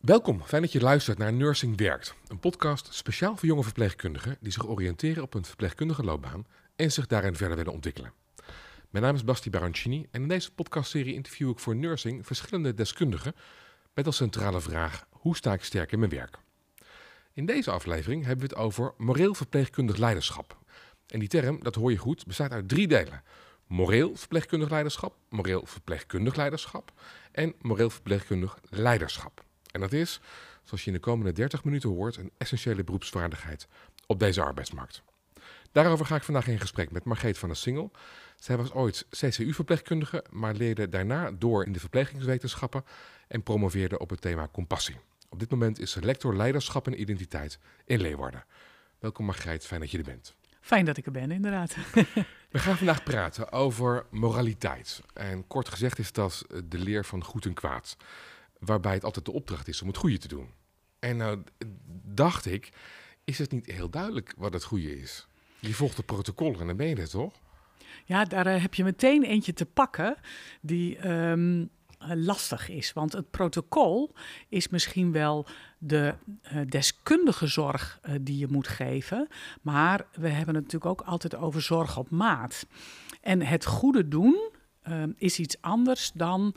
Welkom, fijn dat je luistert naar Nursing Werkt. Een podcast speciaal voor jonge verpleegkundigen die zich oriënteren op een verpleegkundige loopbaan en zich daarin verder willen ontwikkelen. Mijn naam is Basti Baroncini en in deze podcastserie interview ik voor Nursing verschillende deskundigen met als centrale vraag: hoe sta ik sterk in mijn werk? In deze aflevering hebben we het over moreel verpleegkundig leiderschap. En die term, dat hoor je goed, bestaat uit 3 delen. Moreel verpleegkundig leiderschap, moreel verpleegkundig leiderschap en moreel verpleegkundig leiderschap. En dat is, zoals je in de komende 30 minuten hoort, een essentiële beroepsvaardigheid op deze arbeidsmarkt. Daarover ga ik vandaag in gesprek met Margreet van der Singel. Zij was ooit CCU-verpleegkundige, maar leerde daarna door in de verplegingswetenschappen en promoveerde op het thema compassie. Op dit moment is ze lector leiderschap en identiteit in Leeuwarden. Welkom Margreet, fijn dat je er bent. Fijn dat ik er ben, inderdaad. We gaan vandaag praten over moraliteit. En kort gezegd is dat de leer van goed en kwaad, waarbij het altijd de opdracht is om het goede te doen. En nou dacht ik, is het niet heel duidelijk wat het goede is? Je volgt de protocollen en dan ben je er toch? Ja, daar heb je meteen eentje te pakken die lastig is. Want het protocol is misschien wel de deskundige zorg die je moet geven. Maar we hebben het natuurlijk ook altijd over zorg op maat. En het goede doen is iets anders dan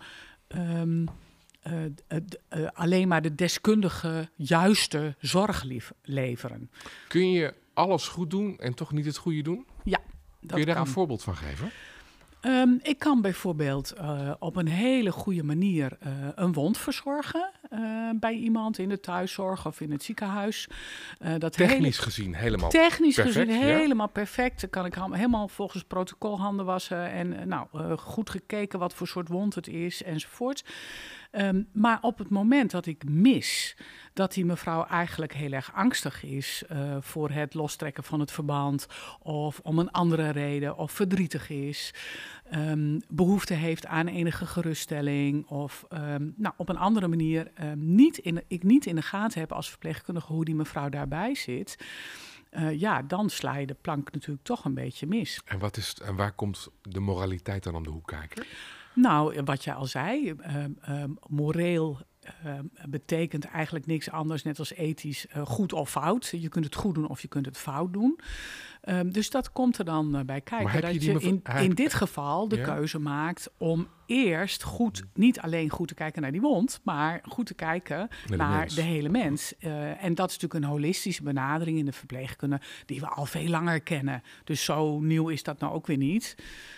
alleen maar de deskundige juiste zorg leveren. Kun je alles goed doen en toch niet het goede doen? Ja, Kun je daar een voorbeeld van geven? Ik kan bijvoorbeeld op een hele goede manier een wond verzorgen bij iemand in de thuiszorg of in het ziekenhuis. Technisch gezien helemaal Technisch perfect, gezien ja? helemaal perfect. Dan kan ik helemaal volgens protocol handen wassen en goed gekeken wat voor soort wond het is enzovoort. Maar op het moment dat ik mis dat die mevrouw eigenlijk heel erg angstig is voor het lostrekken van het verband of om een andere reden of verdrietig is, behoefte heeft aan enige geruststelling of op een andere manier ik niet in de gaten heb als verpleegkundige hoe die mevrouw daarbij zit, dan sla je de plank natuurlijk toch een beetje mis. En waar komt de moraliteit dan om de hoek kijken? Nou, wat je al zei, moreel betekent eigenlijk niks anders, net als ethisch, goed of fout. Je kunt het goed doen of je kunt het fout doen. Dus dat komt er dan bij kijken. Dat je in dit geval de keuze maakt om eerst niet alleen goed te kijken naar die wond, maar goed te kijken naar de hele mens. En dat is natuurlijk een holistische benadering in de verpleegkunde die we al veel langer kennen. Dus zo nieuw is dat nou ook weer niet.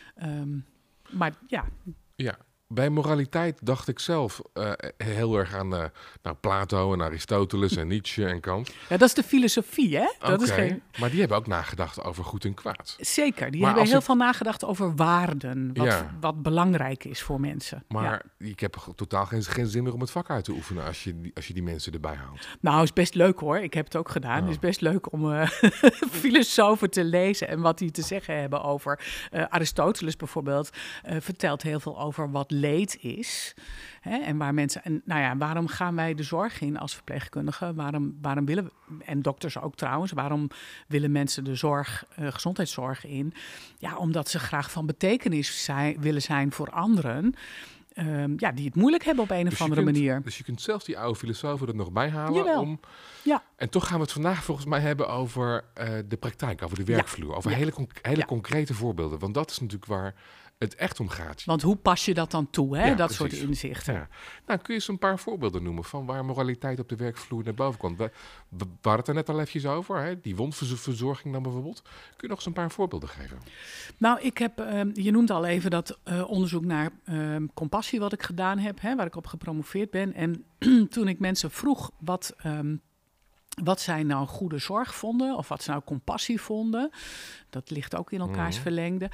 Maar ja. Ja, bij moraliteit dacht ik zelf heel erg aan Plato en Aristoteles en Nietzsche en Kant. Ja, dat is de filosofie, hè? Oké, maar die hebben ook nagedacht over goed en kwaad. Zeker, die hebben heel veel nagedacht over waarden, wat belangrijk is voor mensen. Maar ik heb totaal geen zin meer om het vak uit te oefenen als je die mensen erbij haalt. Nou, is best leuk hoor. Ik heb het ook gedaan. Het is best leuk om filosofen te lezen en wat die te zeggen hebben over. Aristoteles bijvoorbeeld vertelt heel veel over wat leed is. Hè, en waar mensen. Waarom gaan wij de zorg in als verpleegkundigen? Waarom willen we, en dokters ook trouwens, waarom willen mensen de gezondheidszorg in? Ja, omdat ze graag van betekenis willen zijn voor anderen. Die het moeilijk hebben op een of andere manier. Dus je kunt zelfs die oude filosofen er nog bij halen. Jawel. En toch gaan we het vandaag volgens mij hebben over de praktijk, over de werkvloer. Over hele concrete voorbeelden. Want dat is natuurlijk waar het echt om gaat. Want hoe pas je dat dan toe, hè? Ja, dat precies. soort inzichten. Ja. Nou, kun je eens een paar voorbeelden noemen van waar moraliteit op de werkvloer naar boven komt? We hadden het er net al eventjes over, hè? Die wondverzorging dan bijvoorbeeld. Kun je nog eens een paar voorbeelden geven? Nou, ik heb, je noemt al even dat onderzoek naar compassie wat ik gedaan heb, hè, waar ik op gepromoveerd ben. En toen ik mensen vroeg wat zij nou goede zorg vonden of wat ze nou compassie vonden, dat ligt ook in elkaars verlengde.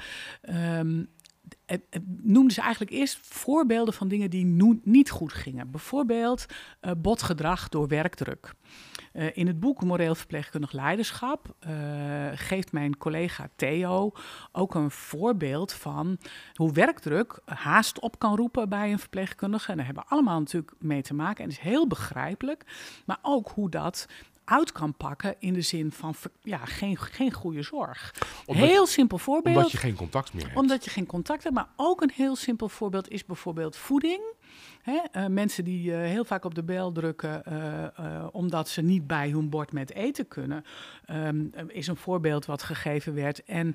Noemden ze eigenlijk eerst voorbeelden van dingen die niet goed gingen. Bijvoorbeeld botgedrag door werkdruk. In het boek Moreel Verpleegkundig Leiderschap geeft mijn collega Theo ook een voorbeeld van hoe werkdruk haast op kan roepen bij een verpleegkundige. En daar hebben we allemaal natuurlijk mee te maken. En het is heel begrijpelijk. Maar ook hoe dat uit kan pakken in de zin van geen goede zorg. Heel simpel voorbeeld. Omdat je geen contact meer hebt. Omdat je geen contact hebt, maar ook een heel simpel voorbeeld is bijvoorbeeld voeding. Mensen die heel vaak op de bel drukken omdat ze niet bij hun bord met eten kunnen, is een voorbeeld wat gegeven werd. En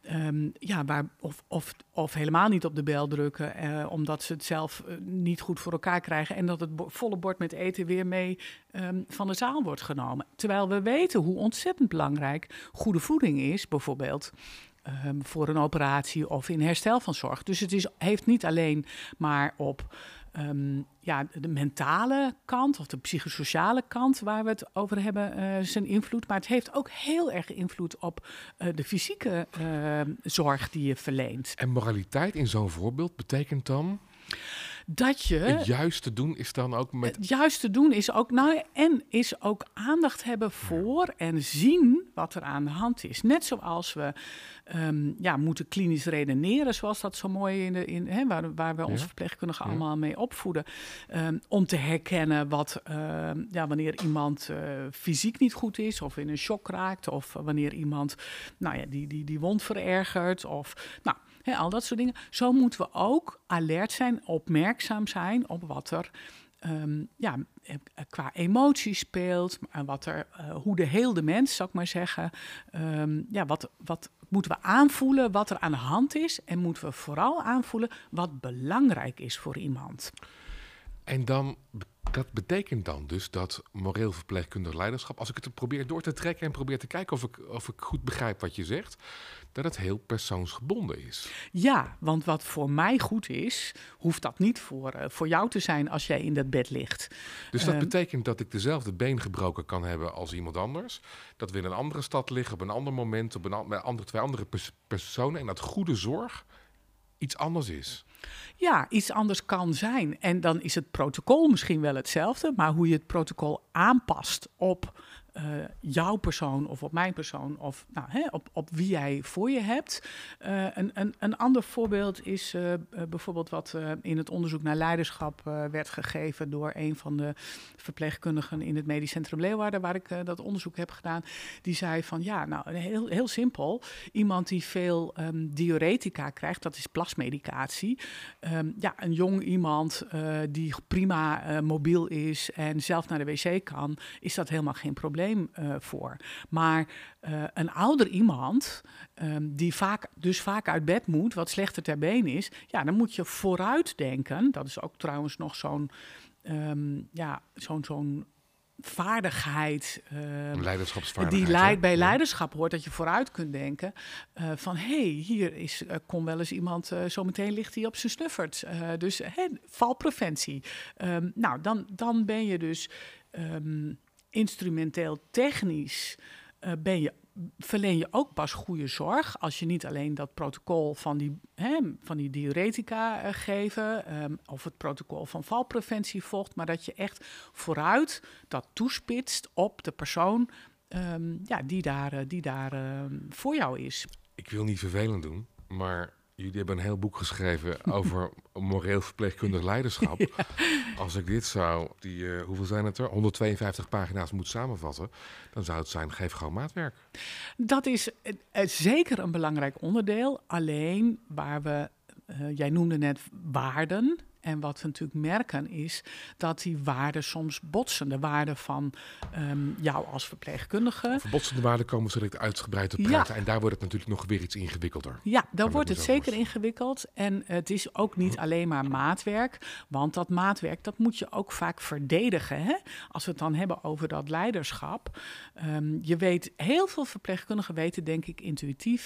of helemaal niet op de bel drukken, omdat ze het zelf niet goed voor elkaar krijgen en dat het volle bord met eten weer mee van de zaal wordt genomen. Terwijl we weten hoe ontzettend belangrijk goede voeding is, bijvoorbeeld voor een operatie of in herstel van zorg. Dus het heeft niet alleen maar op de mentale kant of de psychosociale kant waar we het over hebben zijn invloed. Maar het heeft ook heel erg invloed op de fysieke zorg die je verleent. En moraliteit in zo'n voorbeeld betekent dan? Dat je... Het juiste doen is dan ook met... Het juiste doen is ook... is ook aandacht hebben voor en zien wat er aan de hand is. Net zoals we moeten klinisch redeneren, zoals dat zo mooi waar we onze verpleegkundigen allemaal mee opvoeden. Om te herkennen wanneer iemand fysiek niet goed is of in een shock raakt. Of wanneer iemand die wond verergert. Of al dat soort dingen. Zo moeten we ook alert zijn, opmerkzaam zijn op wat er qua emotie speelt. Hoe de hele mens, zou ik maar zeggen. Wat moeten we aanvoelen wat er aan de hand is. En moeten we vooral aanvoelen wat belangrijk is voor iemand. En dan... Dat betekent dan dus dat moreel verpleegkundig leiderschap, als ik het probeer door te trekken en probeer te kijken of ik goed begrijp wat je zegt, dat het heel persoonsgebonden is. Ja, want wat voor mij goed is, hoeft dat niet voor jou te zijn als jij in dat bed ligt. Dus dat betekent dat ik dezelfde been gebroken kan hebben als iemand anders. Dat we in een andere stad liggen, op een ander moment, met twee andere personen en dat goede zorg iets anders is. Ja, iets anders kan zijn. En dan is het protocol misschien wel hetzelfde, maar hoe je het protocol aanpast op jouw persoon of op mijn persoon of op wie jij voor je hebt. Een ander voorbeeld is bijvoorbeeld wat in het onderzoek naar leiderschap werd gegeven door een van de verpleegkundigen in het Medisch Centrum Leeuwarden, waar ik dat onderzoek heb gedaan. Die zei van heel, heel simpel, iemand die veel diuretica krijgt, dat is plasmedicatie. Een jong iemand die prima mobiel is en zelf naar de wc kan, is dat helemaal geen probleem voor. Maar een ouder iemand die vaak uit bed moet, wat slechter ter been is, dan moet je vooruit denken. Dat is ook trouwens nog zo'n vaardigheid leiderschapsvaardigheid, die bij leiderschap hoort, dat je vooruit kunt denken van hier kon wel eens iemand, zometeen ligt hij op zijn snuffert. Dus valpreventie. Dan ben je dus instrumenteel technisch verleen je ook pas goede zorg als je niet alleen dat protocol van die diuretica geven of het protocol van valpreventie volgt, maar dat je echt vooruit dat toespitst op de persoon die daar voor jou is. Ik wil niet vervelend doen, maar jullie hebben een heel boek geschreven over moreel verpleegkundig leiderschap. Ja. Als ik dit hoeveel zijn het er? 152 pagina's moet samenvatten, dan zou het zijn, geef gewoon maatwerk. Dat is zeker een belangrijk onderdeel. Alleen waar jij noemde net waarden. En wat we natuurlijk merken is dat die waarden soms botsen. De waarden van jou als verpleegkundige. Over botsende waarden komen we direct uitgebreid te praten. Ja. En daar wordt het natuurlijk nog weer iets ingewikkelder. Ja, daar wordt het zeker ingewikkeld. En het is ook niet alleen maar maatwerk. Want dat maatwerk, dat moet je ook vaak verdedigen. Hè? Als we het dan hebben over dat leiderschap. Je weet, heel veel verpleegkundigen weten, denk ik, intuïtief,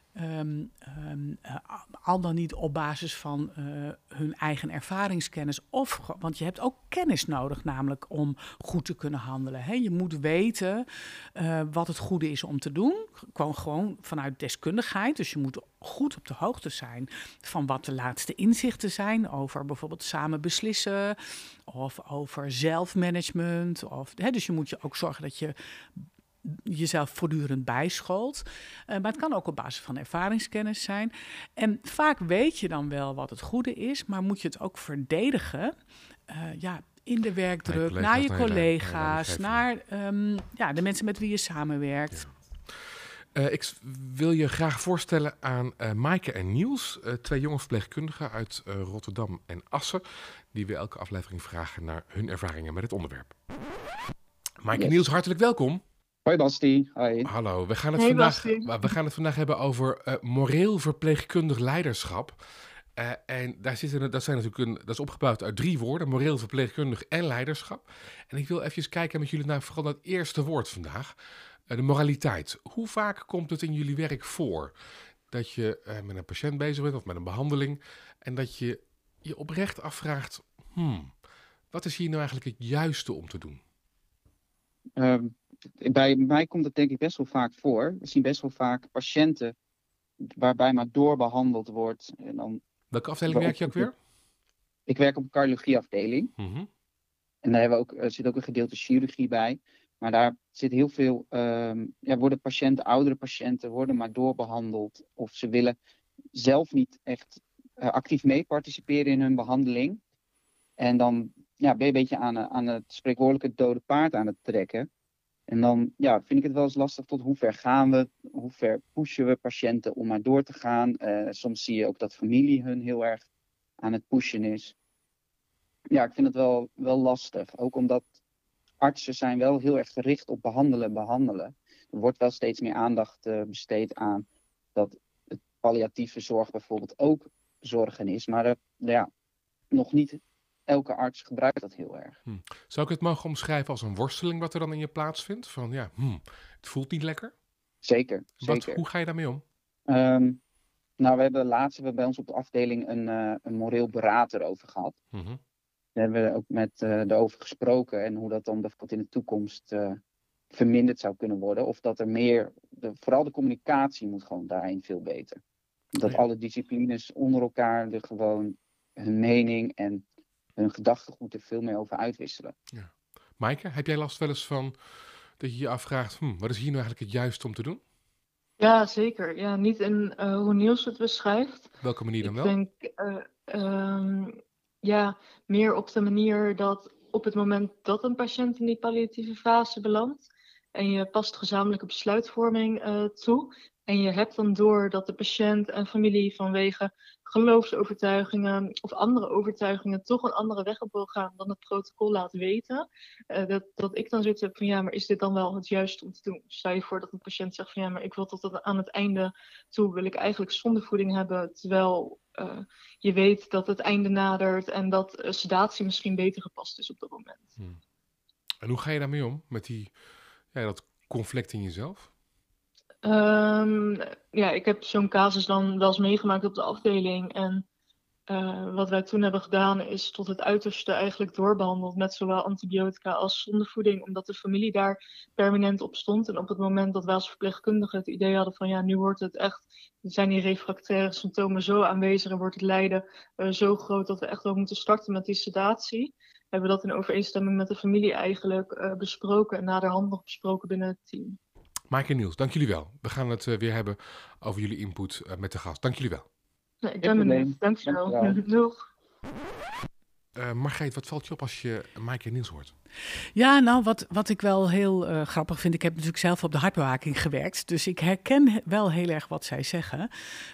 al dan niet op basis van hun eigen ervaringskennis. Want je hebt ook kennis nodig namelijk om goed te kunnen handelen. Hè? Je moet weten wat het goede is om te doen. Gewoon vanuit deskundigheid. Dus je moet goed op de hoogte zijn van wat de laatste inzichten zijn over bijvoorbeeld samen beslissen of over zelfmanagement. Dus je moet je ook zorgen dat je jezelf voortdurend bijschoolt. Maar het kan ook op basis van ervaringskennis zijn. En vaak weet je dan wel wat het goede is, maar moet je het ook verdedigen in de werkdruk, naar je collega's, naar de mensen met wie je samenwerkt. Ik wil je graag voorstellen aan Maaike en Niels, 2 jonge verpleegkundigen uit Rotterdam en Assen, die we elke aflevering vragen naar hun ervaringen met het onderwerp. Maaike en Niels, hartelijk welkom. Hoi Basti, hoi. Hallo, we gaan het vandaag hebben over moreel verpleegkundig leiderschap. En dat is opgebouwd uit 3 woorden, moreel verpleegkundig en leiderschap. En ik wil even kijken met jullie naar vooral dat eerste woord vandaag. De moraliteit. Hoe vaak komt het in jullie werk voor dat je met een patiënt bezig bent of met een behandeling en dat je je oprecht afvraagt, wat is hier nou eigenlijk het juiste om te doen? Bij mij komt het denk ik best wel vaak voor. We zien best wel vaak patiënten waarbij maar doorbehandeld wordt. En dan Welke afdeling werk je ook weer? Ik werk op een cardiologieafdeling. Mm-hmm. En daar zit ook een gedeelte chirurgie bij. Maar daar zit heel veel, worden oudere patiënten worden maar doorbehandeld. Of ze willen zelf niet echt actief mee participeren in hun behandeling. En dan ben je een beetje aan het spreekwoordelijke dode paard aan het trekken. En dan vind ik het wel eens lastig tot hoe ver gaan we, hoe ver pushen we patiënten om maar door te gaan. Soms zie je ook dat familie hun heel erg aan het pushen is. Ja, ik vind het wel lastig. Ook omdat artsen zijn wel heel erg gericht op behandelen. Er wordt wel steeds meer aandacht besteed aan dat het palliatieve zorg bijvoorbeeld ook zorgen is. Maar nog niet elke arts gebruikt dat heel erg. Zou ik het mogen omschrijven als een worsteling wat er dan in je plaatsvindt? Van het voelt niet lekker? Zeker. Hoe ga je daarmee om? We hebben bij ons op de afdeling een moreel berater over gehad. Mm-hmm. Daar hebben we ook met erover gesproken en hoe dat dan bijvoorbeeld in de toekomst verminderd zou kunnen worden. Of dat er vooral de communicatie moet gewoon daarin veel beter. Dat alle disciplines onder elkaar er gewoon hun mening en hun gedachtegoed er veel meer over uitwisselen. Ja. Maaike, heb jij last wel eens van dat je je afvraagt, wat is hier nou eigenlijk het juiste om te doen? Ja, zeker. Ja, niet in hoe Niels het beschrijft. Welke manier dan wel? Ik denk, meer op de manier dat op het moment dat een patiënt in die palliatieve fase belandt en je past gezamenlijke besluitvorming toe en je hebt dan door dat de patiënt en familie vanwege geloofsovertuigingen of andere overtuigingen toch een andere weg op wil gaan dan het protocol laat weten. Dat ik dan zoiets heb van maar is dit dan wel het juiste om te doen? Stel je voor dat een patiënt zegt van maar ik wil tot aan het einde toe wil ik eigenlijk zondevoeding hebben, terwijl je weet dat het einde nadert en dat sedatie misschien beter gepast is op dat moment. En hoe ga je daarmee om? Met dat conflict in jezelf? Ik heb zo'n casus dan wel eens meegemaakt op de afdeling. En wat wij toen hebben gedaan is tot het uiterste eigenlijk doorbehandeld met zowel antibiotica als zondevoeding. Omdat de familie daar permanent op stond. En op het moment dat wij als verpleegkundigen het idee hadden van nu wordt het echt, zijn die refractaire symptomen zo aanwezig en wordt het lijden zo groot dat we echt ook moeten starten met die sedatie. Hebben we dat in overeenstemming met de familie eigenlijk besproken en naderhand nog besproken binnen het team. Maaike en Niels, dank jullie wel. We gaan het weer hebben over jullie input met de gast. Dank jullie wel. Nee, ik ben benieuwd. Dank je wel. Doeg. Margreet, wat valt je op als je Maaike en Niels hoort? Ja, nou, wat ik wel heel grappig vind, ik heb natuurlijk zelf op de hartbewaking gewerkt, dus ik herken wel heel erg wat zij zeggen.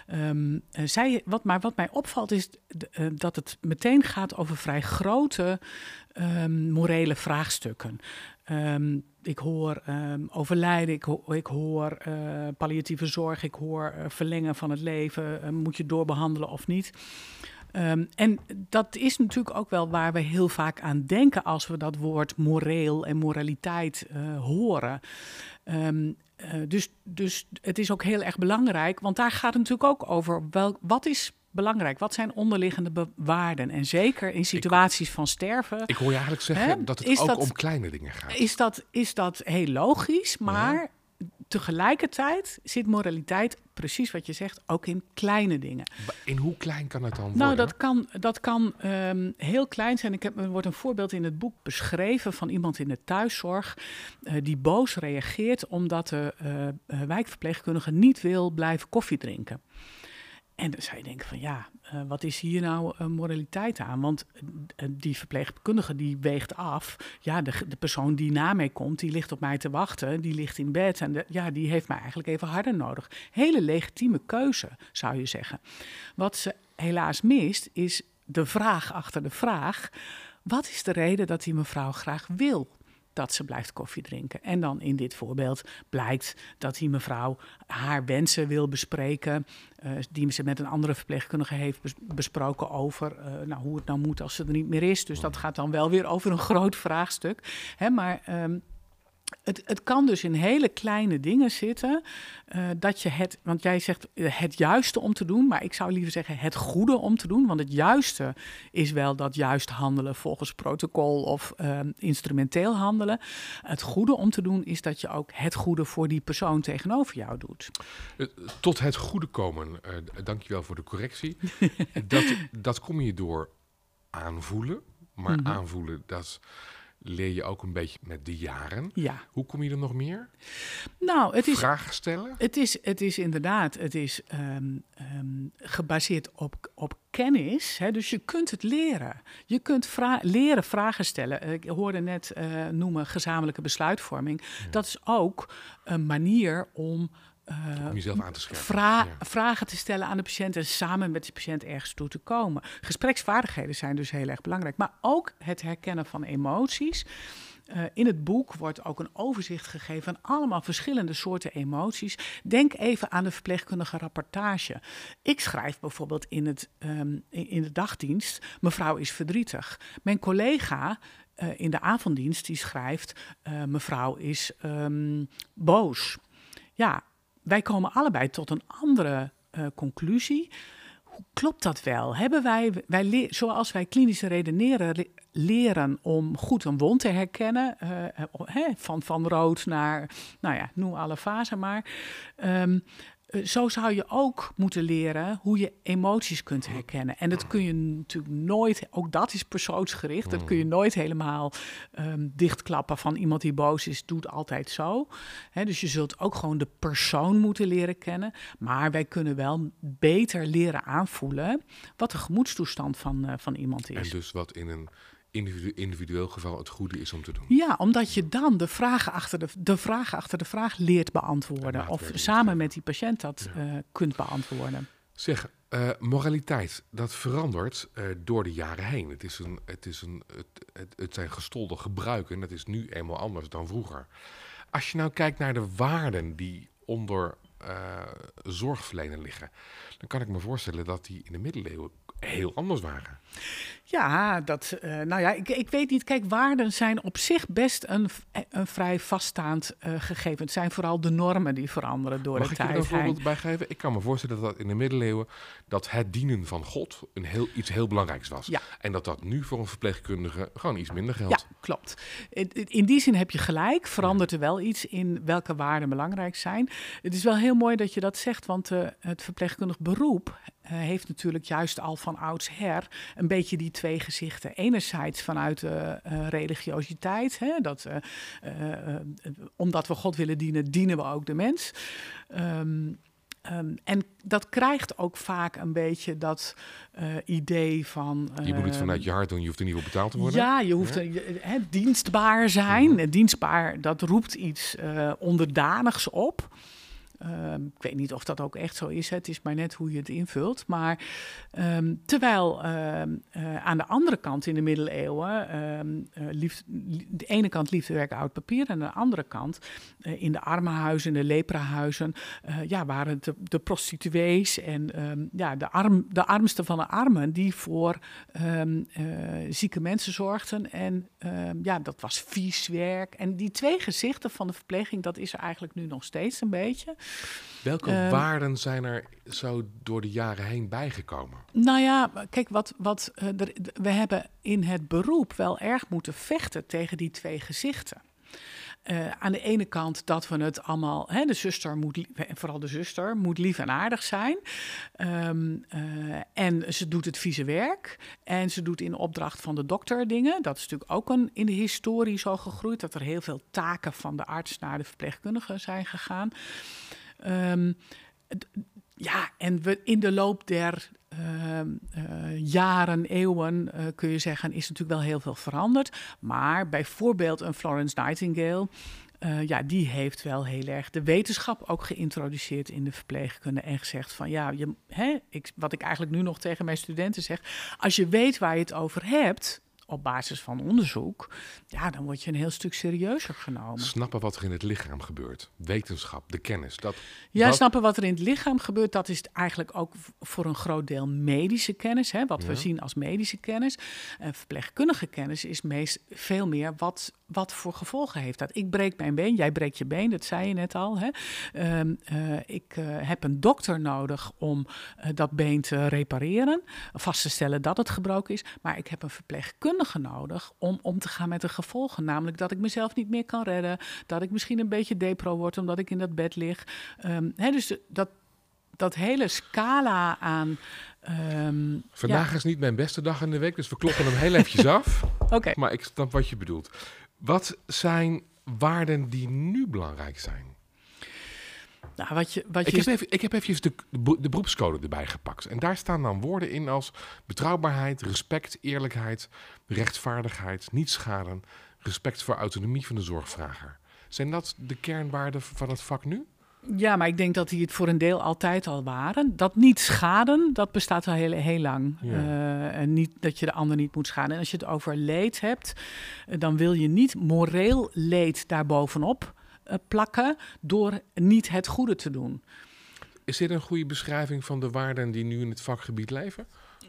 Wat mij opvalt is dat het meteen gaat over vrij grote morele vraagstukken. Ik hoor overlijden, ik hoor palliatieve zorg, ik hoor verlengen van het leven, moet je doorbehandelen of niet. En dat is natuurlijk ook wel waar we heel vaak aan denken als we dat woord moreel en moraliteit horen. Dus het is ook heel erg belangrijk, want daar gaat het natuurlijk ook over wat is belangrijk, wat zijn onderliggende waarden. En zeker in situaties van sterven. Ik hoor je eigenlijk zeggen dat het ook om kleine dingen gaat. Is dat heel logisch, maar tegelijkertijd zit moraliteit, precies wat je zegt, ook in kleine dingen. In hoe klein kan het dan worden? Nou, dat kan heel klein zijn. Er wordt een voorbeeld in het boek beschreven van iemand in de thuiszorg die boos reageert omdat de wijkverpleegkundige niet wil blijven koffie drinken. En dan zou je denken van wat is hier nou moraliteit aan? Want die verpleegkundige die weegt af. Ja, de persoon die na mij komt, die ligt op mij te wachten. Die ligt in bed en die heeft mij eigenlijk even harder nodig. Hele legitieme keuze, zou je zeggen. Wat ze helaas mist, is de vraag achter de vraag. Wat is de reden dat die mevrouw graag wil dat ze blijft koffie drinken? En dan in dit voorbeeld blijkt dat die mevrouw haar wensen wil bespreken, die ze met een andere verpleegkundige heeft besproken over hoe het nou moet als ze er niet meer is. Dus dat gaat dan wel weer over een groot vraagstuk. Maar het kan dus in hele kleine dingen zitten, dat je want jij zegt het juiste om te doen, maar ik zou liever zeggen het goede om te doen, want het juiste is wel dat juist handelen volgens protocol of instrumenteel handelen. Het goede om te doen is dat je ook het goede voor die persoon tegenover jou doet. Tot het goede komen, dankjewel voor de correctie. dat kom je door aanvoelen, maar aanvoelen, dat leer je ook een beetje met de jaren. Ja. Hoe kom je er nog meer? Nou, het is vragen stellen? Het is inderdaad, gebaseerd op kennis. Hè? Dus je kunt het leren. Je kunt leren vragen stellen. Ik hoorde net noemen gezamenlijke besluitvorming. Ja. Dat is ook een manier om jezelf aan te scherpen. Vragen te stellen aan de patiënt en samen met de patiënt ergens toe te komen. Gespreksvaardigheden zijn dus heel erg belangrijk. Maar ook het herkennen van emoties. In het boek wordt ook een overzicht gegeven van allemaal verschillende soorten emoties. Denk even aan de verpleegkundige rapportage. Ik schrijf bijvoorbeeld in de dagdienst, mevrouw is verdrietig. Mijn collega in de avonddienst die schrijft, mevrouw is boos. Ja, wij komen allebei tot een andere conclusie. Hoe klopt dat wel? Hebben wij zoals wij klinisch redeneren leren om goed een wond te herkennen, van rood naar, noem alle fasen maar. Zo zou je ook moeten leren hoe je emoties kunt herkennen. En dat kun je natuurlijk nooit, ook dat is persoonsgericht, dat kun je nooit helemaal dichtklappen van iemand die boos is, doet altijd zo. Dus je zult ook gewoon de persoon moeten leren kennen. Maar wij kunnen wel beter leren aanvoelen wat de gemoedstoestand van iemand is. En dus wat in een individueel geval het goede is om te doen. Ja, omdat je dan de vragen achter de vraag leert beantwoorden. Of samen met die patiënt dat kunt beantwoorden. Zeg, moraliteit, dat verandert door de jaren heen. Het zijn gestolde gebruiken. Dat is nu eenmaal anders dan vroeger. Als je nou kijkt naar de waarden die onder zorgverlenen liggen, dan kan ik me voorstellen dat die in de middeleeuwen heel anders waren. Ja, ik weet niet. Kijk, waarden zijn op zich best een vrij vaststaand gegeven. Het zijn vooral de normen die veranderen door de tijd. Mag ik je er een voorbeeld bij geven? Ik kan me voorstellen dat in de middeleeuwen dat het dienen van God iets heel belangrijks was. Ja. En dat nu voor een verpleegkundige gewoon iets minder geldt. Ja, klopt. In die zin heb je gelijk. Verandert er wel iets in welke waarden belangrijk zijn. Het is wel heel mooi dat je dat zegt, want het verpleegkundig beroep heeft natuurlijk juist al van oudsher een beetje die twee gezichten. Enerzijds vanuit de religiositeit, omdat we God willen dienen, dienen we ook de mens. En dat krijgt ook vaak een beetje dat idee van... je moet het vanuit je hart doen, je hoeft er niet voor betaald te worden. Ja, je hoeft dienstbaar zijn. Dienstbaar, dat roept iets onderdanigs op. Ik weet niet of dat ook echt zo is. Het is maar net hoe je het invult. Maar terwijl aan de andere kant in de middeleeuwen de ene kant liefdewerk oud papier en aan de andere kant in de armenhuizen, in de leprahuizen, waren het de prostituees en de armsten van de armen die voor zieke mensen zorgden. En dat was vies werk. En die twee gezichten van de verpleging, dat is er eigenlijk nu nog steeds een beetje. Welke waarden zijn er zo door de jaren heen bijgekomen? Nou ja, kijk, we hebben in het beroep wel erg moeten vechten tegen die twee gezichten. Aan de ene kant dat we het allemaal... de zuster vooral de zuster moet lief en aardig zijn. En ze doet het vieze werk. En ze doet in opdracht van de dokter dingen. Dat is natuurlijk ook in de historie zo gegroeid, dat er heel veel taken van de arts naar de verpleegkundige zijn gegaan. Ja, en in de loop der jaren, eeuwen, kun je zeggen, is natuurlijk wel heel veel veranderd. Maar bijvoorbeeld een Florence Nightingale, die heeft wel heel erg de wetenschap ook geïntroduceerd in de verpleegkunde. En gezegd van wat ik eigenlijk nu nog tegen mijn studenten zeg, als je weet waar je het over hebt, op basis van onderzoek, dan word je een heel stuk serieuzer genomen. Snappen wat er in het lichaam gebeurt. Wetenschap, de kennis. Snappen wat er in het lichaam gebeurt, dat is eigenlijk ook voor een groot deel medische kennis. Wat we zien als medische kennis. Verpleegkundige kennis is veel meer wat voor gevolgen heeft dat. Ik breek mijn been, jij breekt je been, dat zei je net al. Ik heb een dokter nodig om dat been te repareren. Vast te stellen dat het gebroken is. Maar ik heb een verpleegkundige nodig om te gaan met de gevolgen. Namelijk dat ik mezelf niet meer kan redden. Dat ik misschien een beetje depro word omdat ik in dat bed lig. Dus dat hele scala aan... Vandaag is niet mijn beste dag in de week, dus we kloppen hem heel eventjes af. Oké. Maar ik snap wat je bedoelt. Wat zijn waarden die nu belangrijk zijn? Nou, Ik heb even de beroepscode erbij gepakt. En daar staan dan woorden in als betrouwbaarheid, respect, eerlijkheid, rechtvaardigheid, niet schaden, respect voor autonomie van de zorgvrager. Zijn dat de kernwaarden van het vak nu? Ja, maar ik denk dat die het voor een deel altijd al waren. Dat niet schaden, dat bestaat al heel lang. Ja. En niet dat je de ander niet moet schaden. En als je het over leed hebt, dan wil je niet moreel leed daarbovenop plakken door niet het goede te doen. Is dit een goede beschrijving van de waarden die nu in het vakgebied leven?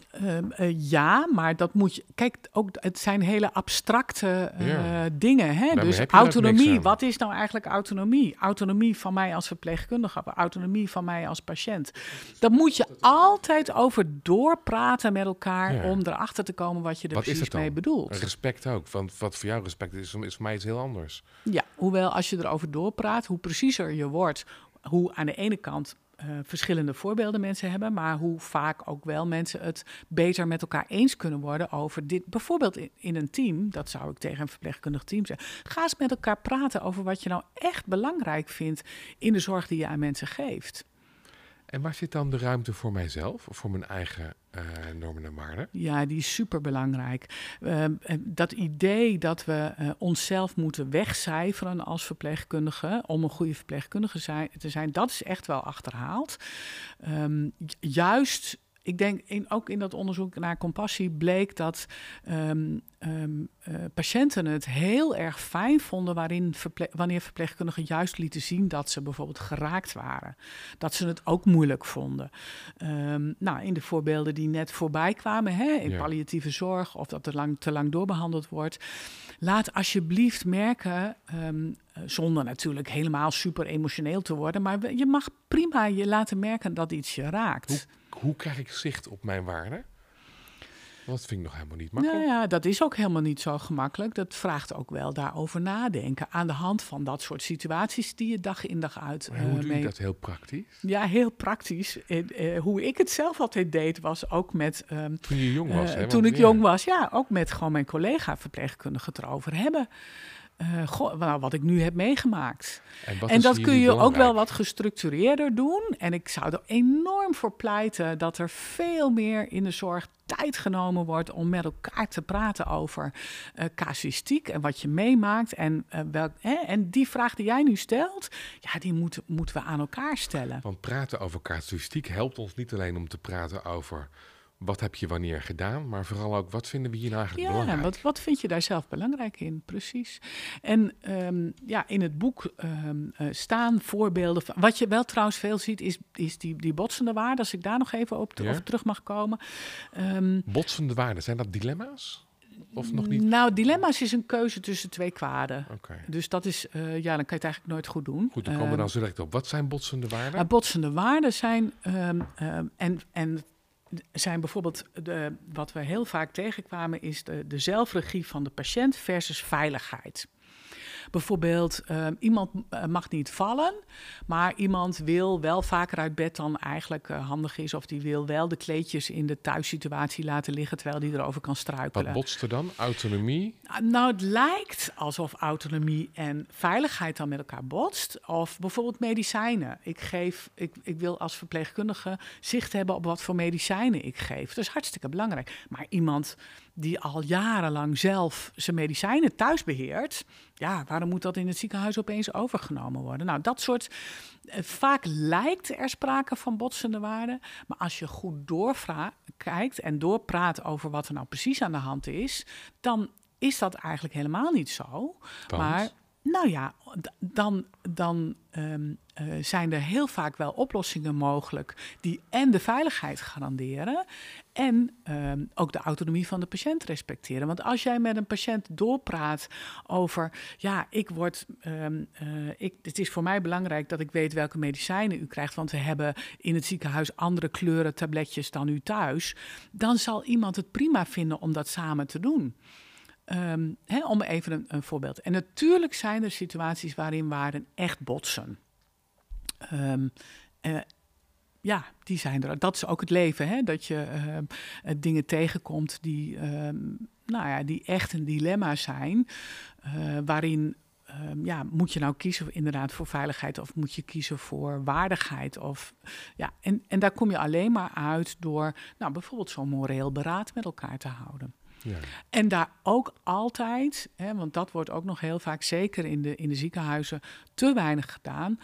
Ja, maar dat moet je... Kijk, ook, het zijn hele abstracte dingen. Hè? Dus autonomie, wat is nou eigenlijk autonomie? Autonomie van mij als verpleegkundige, autonomie van mij als patiënt. Daar moet je altijd over doorpraten met elkaar om erachter te komen wat je er precies mee bedoelt. Respect ook, want wat voor jou respect is voor mij iets heel anders. Ja, hoewel als je erover doorpraat, hoe preciezer je wordt, hoe aan de ene kant verschillende voorbeelden mensen hebben, maar hoe vaak ook wel mensen het beter met elkaar eens kunnen worden over dit. Bijvoorbeeld in een team, dat zou ik tegen een verpleegkundig team zeggen. Ga eens met elkaar praten over wat je nou echt belangrijk vindt in de zorg die je aan mensen geeft. En waar zit dan de ruimte voor mijzelf, of voor mijn eigen normen en waarden? Ja, die is superbelangrijk. Dat idee dat we onszelf moeten wegcijferen als verpleegkundige om een goede verpleegkundige te zijn, dat is echt wel achterhaald. Juist, ik denk ook in dat onderzoek naar compassie bleek dat patiënten het heel erg fijn vonden wanneer verpleegkundigen juist lieten zien dat ze bijvoorbeeld geraakt waren. Dat ze het ook moeilijk vonden. In de voorbeelden die net voorbij kwamen, in palliatieve zorg of dat er te lang doorbehandeld wordt. Laat alsjeblieft merken, zonder natuurlijk helemaal super emotioneel te worden, maar je mag prima je laten merken dat iets je raakt. Hoe krijg ik zicht op mijn waarden? Dat vind ik nog helemaal niet makkelijk. Nou ja, dat is ook helemaal niet zo gemakkelijk. Dat vraagt ook wel daarover nadenken. Aan de hand van dat soort situaties die je dag in dag uit hoe doe je dat heel praktisch? Ja, heel praktisch. Hoe ik het zelf altijd deed, was ook met... toen je jong was, hè? Toen ik jong was, ook met gewoon mijn collega-verpleegkundigen het erover hebben. Wat ik nu heb meegemaakt. En dat kun je ook wel wat gestructureerder doen. En ik zou er enorm voor pleiten dat er veel meer in de zorg tijd genomen wordt om met elkaar te praten over casuïstiek en wat je meemaakt. En die vraag die jij nu stelt, die moeten we aan elkaar stellen. Want praten over casuïstiek helpt ons niet alleen om te praten over wat heb je wanneer gedaan, maar vooral ook wat vinden we hier nou eigenlijk belangrijk? Ja, wat vind je daar zelf belangrijk in? Precies. En in het boek staan voorbeelden van. Wat je wel trouwens veel ziet, is die botsende waarden. Als ik daar nog even op terug mag komen. Botsende waarden, zijn dat dilemma's? Of nog niet? Nou, dilemma's is een keuze tussen twee kwaden. Okay. Dus dat is, dan kan je het eigenlijk nooit goed doen. Goed, dan komen we dan zo direct op. Wat zijn botsende waarden? Botsende waarden zijn zijn bijvoorbeeld, wat we heel vaak tegenkwamen, is de zelfregie van de patiënt versus veiligheid. Bijvoorbeeld, iemand mag niet vallen, maar iemand wil wel vaker uit bed dan eigenlijk handig is. Of die wil wel de kleedjes in de thuissituatie laten liggen, terwijl die erover kan struikelen. Wat botst er dan? Autonomie? Nou, het lijkt alsof autonomie en veiligheid dan met elkaar botst. Of bijvoorbeeld medicijnen. Ik wil als verpleegkundige zicht hebben op wat voor medicijnen ik geef. Dat is hartstikke belangrijk. Maar iemand die al jarenlang zelf zijn medicijnen thuis beheert, ja, waarom moet dat in het ziekenhuis opeens overgenomen worden? Nou, dat soort. Vaak lijkt er sprake van botsende waarden, maar als je goed kijkt en doorpraat over wat er nou precies aan de hand is, dan is dat eigenlijk helemaal niet zo. Want? Maar nou ja, dan zijn er heel vaak wel oplossingen mogelijk die en de veiligheid garanderen en ook de autonomie van de patiënt respecteren. Want als jij met een patiënt doorpraat over, ja, het is voor mij belangrijk dat ik weet welke medicijnen u krijgt, want we hebben in het ziekenhuis andere kleuren tabletjes dan u thuis, dan zal iemand het prima vinden om dat samen te doen. Om even een voorbeeld. En natuurlijk zijn er situaties waarin waarden echt botsen. Ja, die zijn er. Dat is ook het leven, hè? Dat je dingen tegenkomt die echt een dilemma zijn. Waarin moet je nou kiezen inderdaad voor veiligheid of moet je kiezen voor waardigheid? En daar kom je alleen maar uit door bijvoorbeeld zo'n moreel beraad met elkaar te houden. Ja. En daar ook altijd, want dat wordt ook nog heel vaak, zeker in de ziekenhuizen, te weinig gedaan.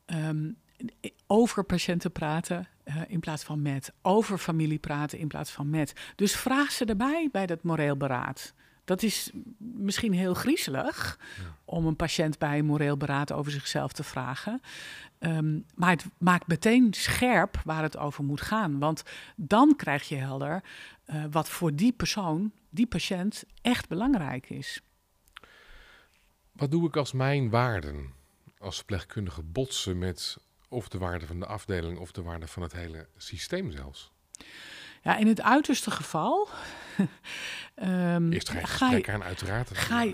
Over patiënten praten in plaats van met. Over familie praten in plaats van met. Dus vraag ze erbij bij dat moreel beraad. Dat is misschien heel griezelig om een patiënt bij een moreel beraad over zichzelf te vragen. Maar het maakt meteen scherp waar het over moet gaan. Want dan krijg je helder wat voor die persoon, die patiënt, echt belangrijk is. Wat doe ik als mijn waarden als verpleegkundige botsen met of de waarde van de afdeling of de waarde van het hele systeem zelfs? Ja, in het uiterste geval. Eerst ga je gesprek aan, uiteraard.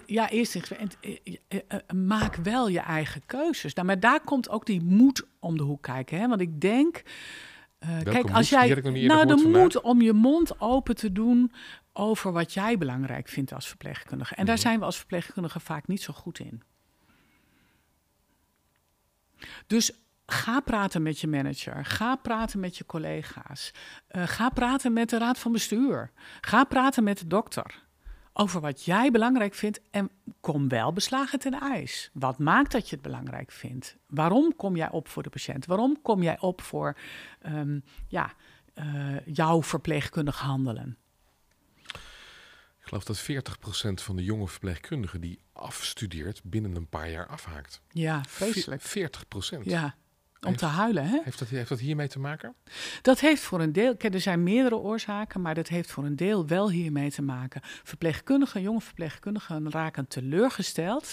Maak wel je eigen keuzes. Nou, maar daar komt ook die moed om de hoek kijken. Hè? Want ik denk. Kijk, als jij. De moed om je mond open te doen over wat jij belangrijk vindt als verpleegkundige. En daar zijn we als verpleegkundige vaak niet zo goed in. Dus ga praten met je manager. Ga praten met je collega's. Ga praten met de raad van bestuur. Ga praten met de dokter. Over wat jij belangrijk vindt. En kom wel beslagen ten ijs. Wat maakt dat je het belangrijk vindt? Waarom kom jij op voor de patiënt? Waarom kom jij op voor jouw verpleegkundig handelen? Ik geloof dat 40% van de jonge verpleegkundigen die afstudeert binnen een paar jaar afhaakt. Ja, vreselijk. 40%. Ja. Om te huilen, hè? Heeft dat hiermee te maken? Dat heeft voor een deel, er zijn meerdere oorzaken, maar dat heeft voor een deel wel hiermee te maken. Verpleegkundigen, jonge verpleegkundigen raken teleurgesteld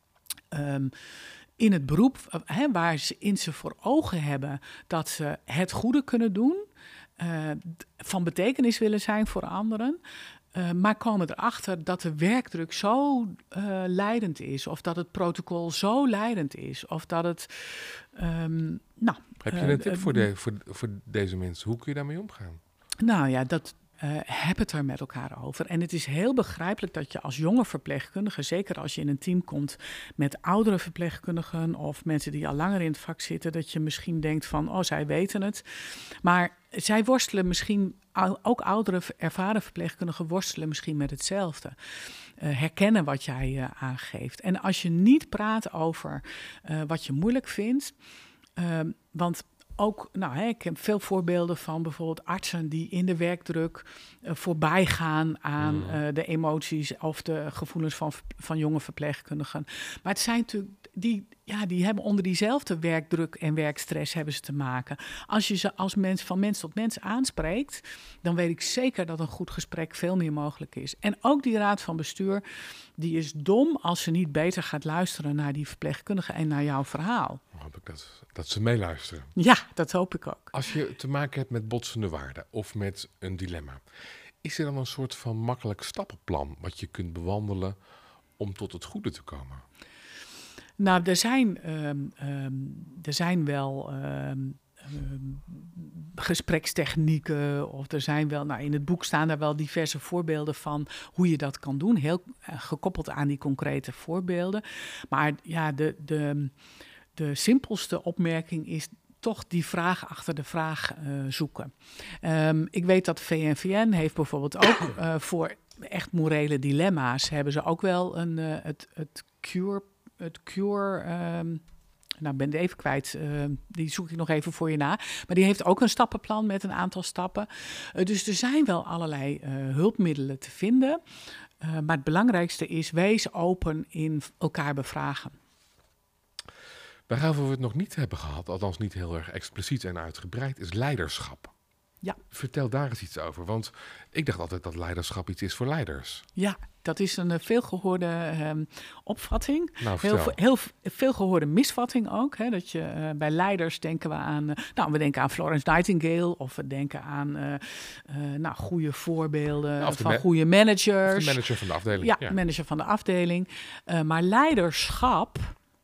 in het beroep waarin ze voor ogen hebben dat ze het goede kunnen doen, van betekenis willen zijn voor anderen. Maar komen erachter dat de werkdruk zo leidend is, of dat het protocol zo leidend is, of dat het. Heb je een tip voor deze mensen? Hoe kun je daarmee omgaan? Nou ja, heb het er met elkaar over. En het is heel begrijpelijk dat je als jonge verpleegkundige, zeker als je in een team komt met oudere verpleegkundigen of mensen die al langer in het vak zitten, dat je misschien denkt van, zij weten het. Maar zij worstelen misschien, ook oudere ervaren verpleegkundigen worstelen misschien met hetzelfde. Herkennen wat jij aangeeft. En als je niet praat over wat je moeilijk vindt, want ook, ik heb veel voorbeelden van bijvoorbeeld artsen die in de werkdruk voorbij gaan aan de emoties of de gevoelens van jonge verpleegkundigen. Maar het zijn natuurlijk, die hebben onder diezelfde werkdruk en werkstress hebben ze te maken. Als je ze als mens van mens tot mens aanspreekt, dan weet ik zeker dat een goed gesprek veel meer mogelijk is. En ook die raad van bestuur, die is dom als ze niet beter gaat luisteren naar die verpleegkundige en naar jouw verhaal. Dan hoop ik dat ze meeluisteren. Ja, dat hoop ik ook. Als je te maken hebt met botsende waarden of met een dilemma, is er dan een soort van makkelijk stappenplan wat je kunt bewandelen om tot het goede te komen? Nou, er zijn wel gesprekstechnieken of er zijn wel, in het boek staan er wel diverse voorbeelden van hoe je dat kan doen, heel gekoppeld aan die concrete voorbeelden. Maar ja, de simpelste opmerking is toch die vraag achter de vraag zoeken. Ik weet dat VNVN heeft bijvoorbeeld ook voor echt morele dilemma's hebben ze ook wel het cure. Nou, ik ben het even kwijt. Die zoek ik nog even voor je na. Maar die heeft ook een stappenplan met een aantal stappen. Dus er zijn wel allerlei hulpmiddelen te vinden. Maar het belangrijkste is, wees open in elkaar bevragen. Waarover we het nog niet hebben gehad, althans niet heel erg expliciet en uitgebreid, is leiderschap. Ja. Vertel daar eens iets over, want ik dacht altijd dat leiderschap iets is voor leiders. Ja, dat is een veelgehoorde opvatting. Nou, vertel. Heel veelgehoorde misvatting ook. Hè, dat je bij leiders denken we aan... we denken aan Florence Nightingale of we denken aan goede voorbeelden van goede managers. Of de manager van de afdeling. Ja, manager van de afdeling. Maar leiderschap...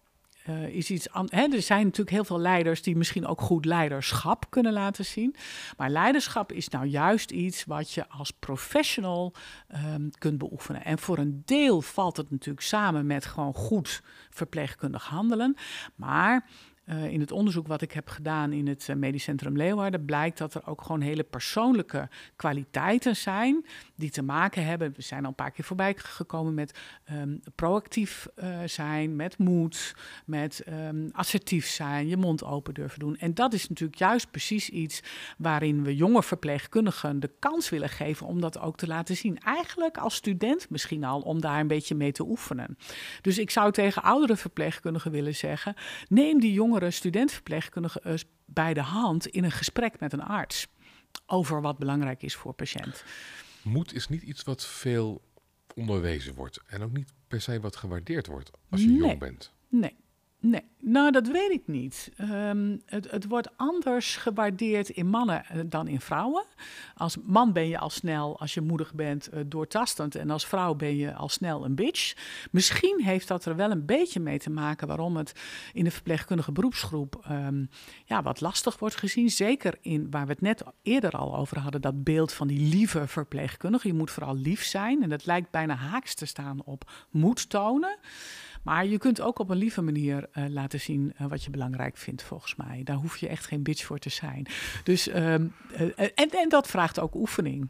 is iets er zijn natuurlijk heel veel leiders die misschien ook goed leiderschap kunnen laten zien. Maar leiderschap is nou juist iets wat je als professional kunt beoefenen. En voor een deel valt het natuurlijk samen met gewoon goed verpleegkundig handelen. Maar in het onderzoek wat ik heb gedaan in het Medisch Centrum Leeuwarden blijkt dat er ook gewoon hele persoonlijke kwaliteiten zijn die te maken hebben. We zijn al een paar keer voorbij gekomen met proactief zijn, met moed, met assertief zijn, je mond open durven doen. En dat is natuurlijk juist precies iets waarin we jonge verpleegkundigen de kans willen geven om dat ook te laten zien. Eigenlijk als student misschien al, om daar een beetje mee te oefenen. Dus ik zou tegen oudere verpleegkundigen willen zeggen, neem die jongere studentverpleegkundigen bij de hand in een gesprek met een arts over wat belangrijk is voor patiënt. Moed is niet iets wat veel onderwezen wordt en ook niet per se wat gewaardeerd wordt als je jong bent. Nee. Nou, dat weet ik niet. Het wordt anders gewaardeerd in mannen dan in vrouwen. Als man ben je al snel, als je moedig bent, doortastend. En als vrouw ben je al snel een bitch. Misschien heeft dat er wel een beetje mee te maken waarom het in de verpleegkundige beroepsgroep wat lastig wordt gezien. Zeker in waar we het net eerder al over hadden, dat beeld van die lieve verpleegkundige. Je moet vooral lief zijn en dat lijkt bijna haaks te staan op moed tonen. Maar je kunt ook op een lieve manier laten zien wat je belangrijk vindt, volgens mij. Daar hoef je echt geen bitch voor te zijn. Dus, en dat vraagt ook oefening.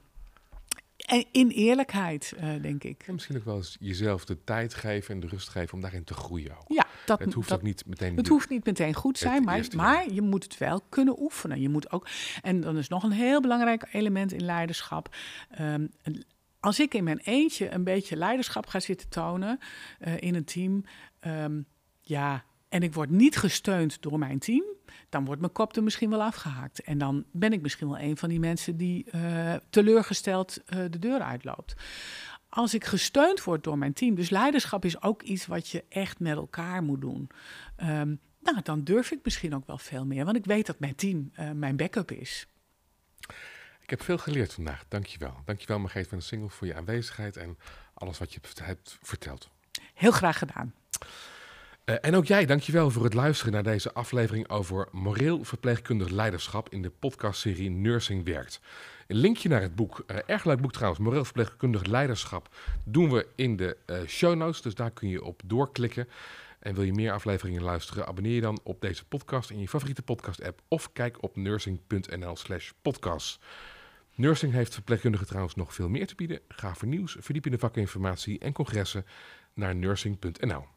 En in eerlijkheid, denk ik. En misschien ook wel eens jezelf de tijd geven en de rust geven om daarin te groeien ook. Ja, het hoeft ook niet meteen. Het hoeft niet meteen goed te zijn, maar je moet het wel kunnen oefenen. Je moet ook, en dan is nog een heel belangrijk element in leiderschap. Als ik in mijn eentje een beetje leiderschap ga zitten tonen in een team, en ik word niet gesteund door mijn team, dan wordt mijn kop er misschien wel afgehaakt. En dan ben ik misschien wel een van die mensen die teleurgesteld de deur uitloopt. Als ik gesteund word door mijn team, dus leiderschap is ook iets wat je echt met elkaar moet doen. Dan durf ik misschien ook wel veel meer, want ik weet dat mijn team mijn backup is. Ik heb veel geleerd vandaag, dankjewel. Dankjewel Margreet van de Singel voor je aanwezigheid en alles wat je hebt verteld. Heel graag gedaan. En ook jij, dankjewel voor het luisteren naar deze aflevering over moreel verpleegkundig leiderschap in de podcastserie Nursing Werkt. Een linkje naar het boek, erg leuk boek trouwens, Moreel verpleegkundig leiderschap, doen we in de show notes, dus daar kun je op doorklikken. En wil je meer afleveringen luisteren, abonneer je dan op deze podcast in je favoriete podcast-app of kijk op nursing.nl/podcast. Nursing heeft verpleegkundigen trouwens nog veel meer te bieden. Ga voor nieuws, verdiepende vakinformatie en congressen naar nursing.nl.